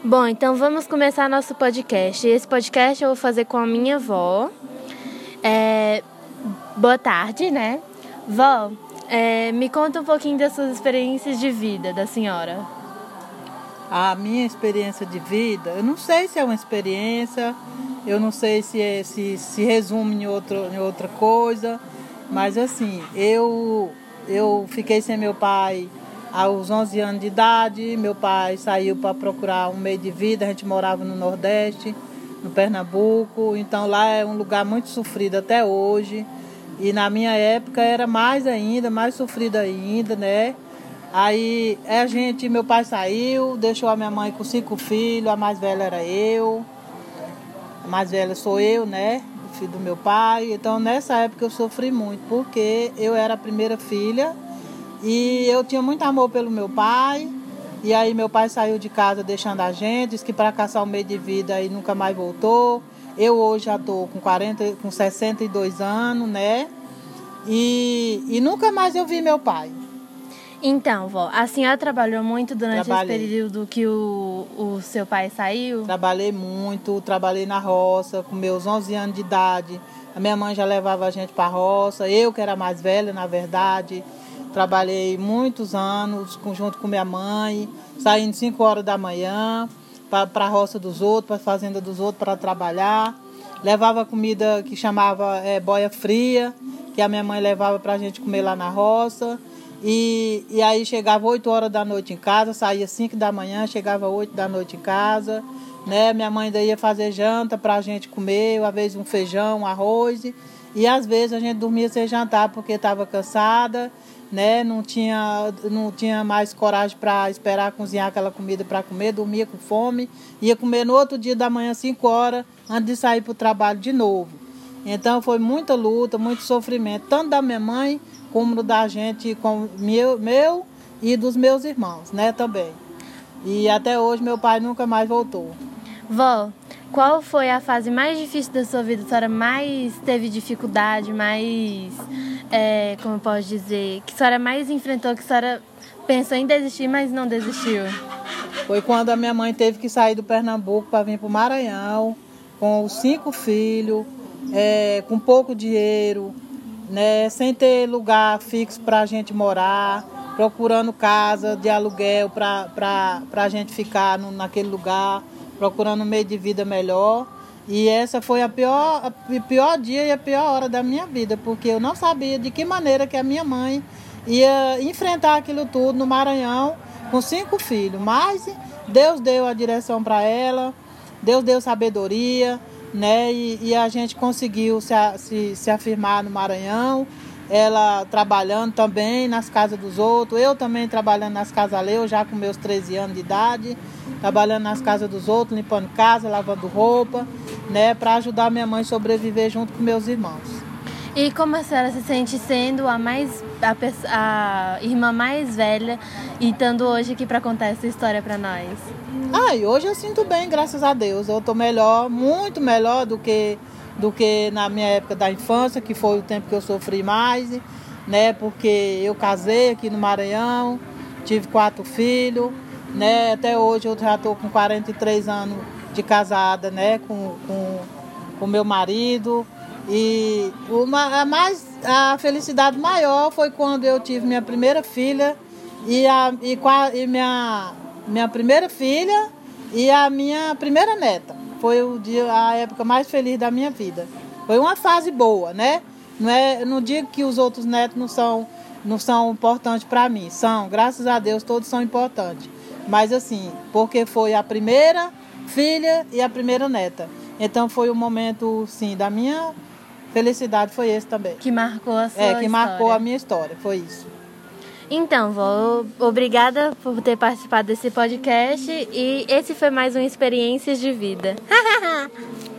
Bom, então vamos começar nosso podcast. Esse podcast eu vou fazer com a minha avó. Boa tarde, né? Vó, me conta um pouquinho das suas experiências de vida, da senhora. A minha experiência de vida, eu não sei se é uma experiência, eu não sei se resume em outra coisa, mas assim, eu fiquei sem meu pai aos 11 anos de idade. Meu pai saiu para procurar um meio de vida. A gente morava no Nordeste, no Pernambuco, então lá é um lugar muito sofrido até hoje, e na minha época era mais sofrido ainda, né? Aí meu pai saiu, deixou a minha mãe com 5 filhos, a mais velha era eu, a mais velha sou eu, né? O filho do meu pai. Então nessa época eu sofri muito, porque eu era a primeira filha e eu tinha muito amor pelo meu pai. E aí meu pai saiu de casa deixando a gente, disse que para caçar um meio de vida e nunca mais voltou. Eu hoje já estou com 62 anos, né? E nunca mais eu vi meu pai. Então, vó, a senhora trabalhou muito durante esse período que o seu pai saiu? Trabalhei muito, trabalhei na roça com meus 11 anos de idade. A minha mãe já levava a gente para a roça, eu que era mais velha, na verdade. Trabalhei muitos anos junto com minha mãe, saindo 5 horas da manhã para a roça dos outros, para a fazenda dos outros para trabalhar. Levava comida que chamava boia fria, que a minha mãe levava para a gente comer lá na roça. E aí chegava 8 horas da noite em casa, saía 5 da manhã, chegava 8 da noite em casa, né? Minha mãe ainda ia fazer janta para a gente comer, às vezes um feijão, um arroz, e às vezes a gente dormia sem jantar porque estava cansada, né? Não tinha mais coragem para esperar cozinhar aquela comida para comer, dormia com fome, ia comer no outro dia da manhã 5 horas antes de sair para o trabalho de novo. Então foi muita luta, muito sofrimento, tanto da minha mãe como da gente, com meu e dos meus irmãos, né, também. E até hoje meu pai nunca mais voltou. Vó, qual foi a fase mais difícil da sua vida? A senhora mais teve dificuldade, como eu posso dizer, que a senhora mais enfrentou, que a senhora pensou em desistir, mas não desistiu? Foi quando a minha mãe teve que sair do Pernambuco para vir para o Maranhão, com os 5 filhos, com pouco dinheiro, né, sem ter lugar fixo para a gente morar, procurando casa de aluguel para a gente ficar naquele lugar, procurando um meio de vida melhor. E essa foi o pior dia e a pior hora da minha vida, porque eu não sabia de que maneira que a minha mãe ia enfrentar aquilo tudo no Maranhão com 5 filhos. Mas Deus deu a direção para ela, Deus deu sabedoria, né? E a gente conseguiu se afirmar no Maranhão, ela trabalhando também nas casas dos outros, eu também trabalhando nas casas alheias, já com meus 13 anos de idade, trabalhando nas casas dos outros, limpando casa, lavando roupa, né? Para ajudar minha mãe a sobreviver junto com meus irmãos. E como a senhora se sente sendo a irmã mais velha e estando hoje aqui para contar essa história para nós? E hoje eu sinto bem, graças a Deus. Eu estou melhor, muito melhor do que na minha época da infância, que foi o tempo que eu sofri mais, né? Porque eu casei aqui no Maranhão, tive 4 filhos, né? Até hoje eu já estou com 43 anos de casada, né? Com meu marido. E a felicidade maior foi quando eu tive minha primeira filha minha primeira filha e a minha primeira neta. Foi a época mais feliz da minha vida. Foi uma fase boa, né? Eu não digo que os outros netos não são importantes para mim. São, graças a Deus, todos são importantes. Mas assim, porque foi a primeira filha e a primeira neta. Então foi um momento, sim, da minha felicidade, foi esse também. Que marcou a sua história. Que marcou a minha história, foi isso. Então, vó, obrigada por ter participado desse podcast e esse foi mais um Experiências de Vida.